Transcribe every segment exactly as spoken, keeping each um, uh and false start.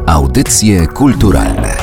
Audycje kulturalne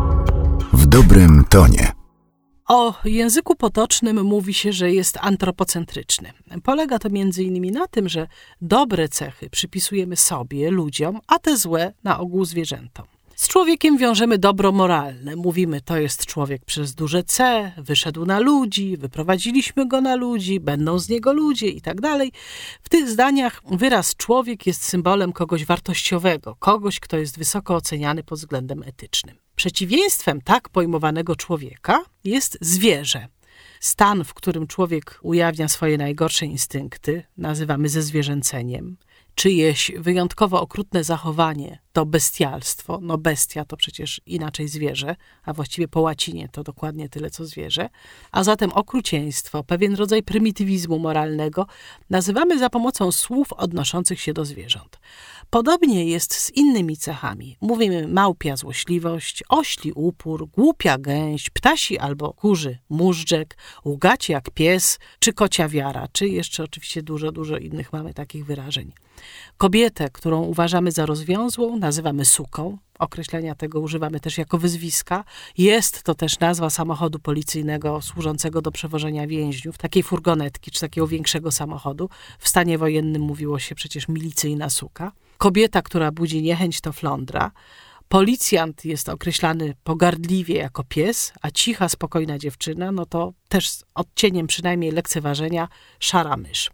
w dobrym tonie. O języku potocznym mówi się, że jest antropocentryczny. Polega to między innymi na tym, że dobre cechy przypisujemy sobie, ludziom, a te złe na ogół zwierzętom. Z człowiekiem wiążemy dobro moralne. Mówimy, to jest człowiek przez duże C, wyszedł na ludzi, wyprowadziliśmy go na ludzi, będą z niego ludzie i tak dalej. W tych zdaniach wyraz człowiek jest symbolem kogoś wartościowego, kogoś, kto jest wysoko oceniany pod względem etycznym. Przeciwieństwem tak pojmowanego człowieka jest zwierzę. Stan, w którym człowiek ujawnia swoje najgorsze instynkty, nazywamy zezwierzęceniem. Czyjeś wyjątkowo okrutne zachowanie to bestialstwo. No bestia to przecież inaczej zwierzę, a właściwie po łacinie to dokładnie tyle co zwierzę. A zatem okrucieństwo, pewien rodzaj prymitywizmu moralnego nazywamy za pomocą słów odnoszących się do zwierząt. Podobnie jest z innymi cechami. Mówimy małpia złośliwość, ośli upór, głupia gęś, ptasi albo kurzy móżdżek, łgaci jak pies, czy kocia wiara, czy jeszcze oczywiście dużo, dużo innych mamy takich wyrażeń. Kobietę, którą uważamy za rozwiązłą, nazywamy suką. Określenia tego używamy też jako wyzwiska. Jest to też nazwa samochodu policyjnego służącego do przewożenia więźniów, takiej furgonetki czy takiego większego samochodu. W stanie wojennym mówiło się przecież milicyjna suka. Kobieta, która budzi niechęć, to flądra. Policjant jest określany pogardliwie jako pies, a cicha, spokojna dziewczyna, no to też z odcieniem przynajmniej lekceważenia szara mysz.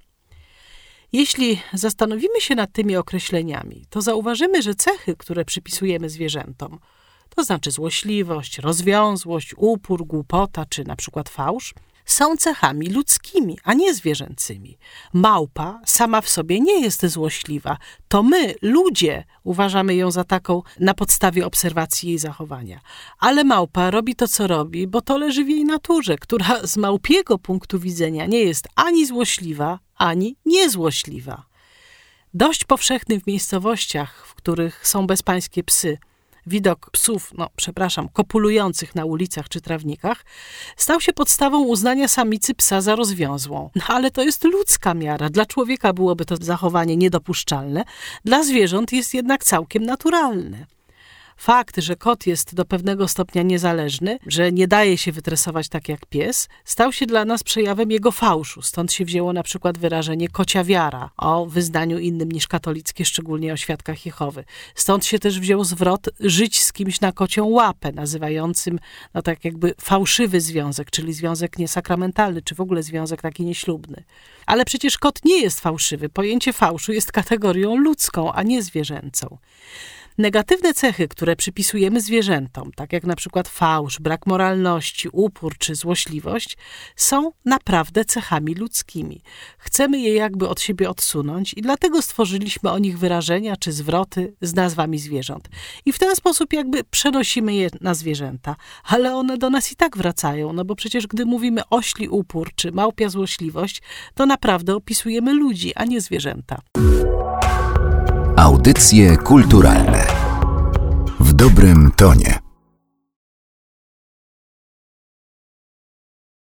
Jeśli zastanowimy się nad tymi określeniami, to zauważymy, że cechy, które przypisujemy zwierzętom, to znaczy złośliwość, rozwiązłość, upór, głupota czy na przykład fałsz, są cechami ludzkimi, a nie zwierzęcymi. Małpa sama w sobie nie jest złośliwa. To my, ludzie, uważamy ją za taką na podstawie obserwacji jej zachowania. Ale małpa robi to, co robi, bo to leży w jej naturze, która z małpiego punktu widzenia nie jest ani złośliwa, ani niezłośliwa. Dość powszechny w miejscowościach, w których są bezpańskie psy, widok psów, no przepraszam, kopulujących na ulicach czy trawnikach, stał się podstawą uznania samicy psa za rozwiązłą. No ale to jest ludzka miara. Dla człowieka byłoby to zachowanie niedopuszczalne, dla zwierząt jest jednak całkiem naturalne. Fakt, że kot jest do pewnego stopnia niezależny, że nie daje się wytresować tak jak pies, stał się dla nas przejawem jego fałszu. Stąd się wzięło na przykład wyrażenie kocia wiara o wyznaniu innym niż katolickie, szczególnie o świadkach Jehowy. Stąd się też wziął zwrot żyć z kimś na kocią łapę, nazywającym no tak jakby fałszywy związek, czyli związek niesakramentalny, czy w ogóle związek taki nieślubny. Ale przecież kot nie jest fałszywy. Pojęcie fałszu jest kategorią ludzką, a nie zwierzęcą. Negatywne cechy, które przypisujemy zwierzętom, tak jak na przykład fałsz, brak moralności, upór czy złośliwość, są naprawdę cechami ludzkimi. Chcemy je jakby od siebie odsunąć i dlatego stworzyliśmy o nich wyrażenia czy zwroty z nazwami zwierząt. I w ten sposób jakby przenosimy je na zwierzęta, ale one do nas i tak wracają, no bo przecież gdy mówimy ośli upór czy małpia złośliwość, to naprawdę opisujemy ludzi, a nie zwierzęta. Audycje kulturalne w dobrym tonie.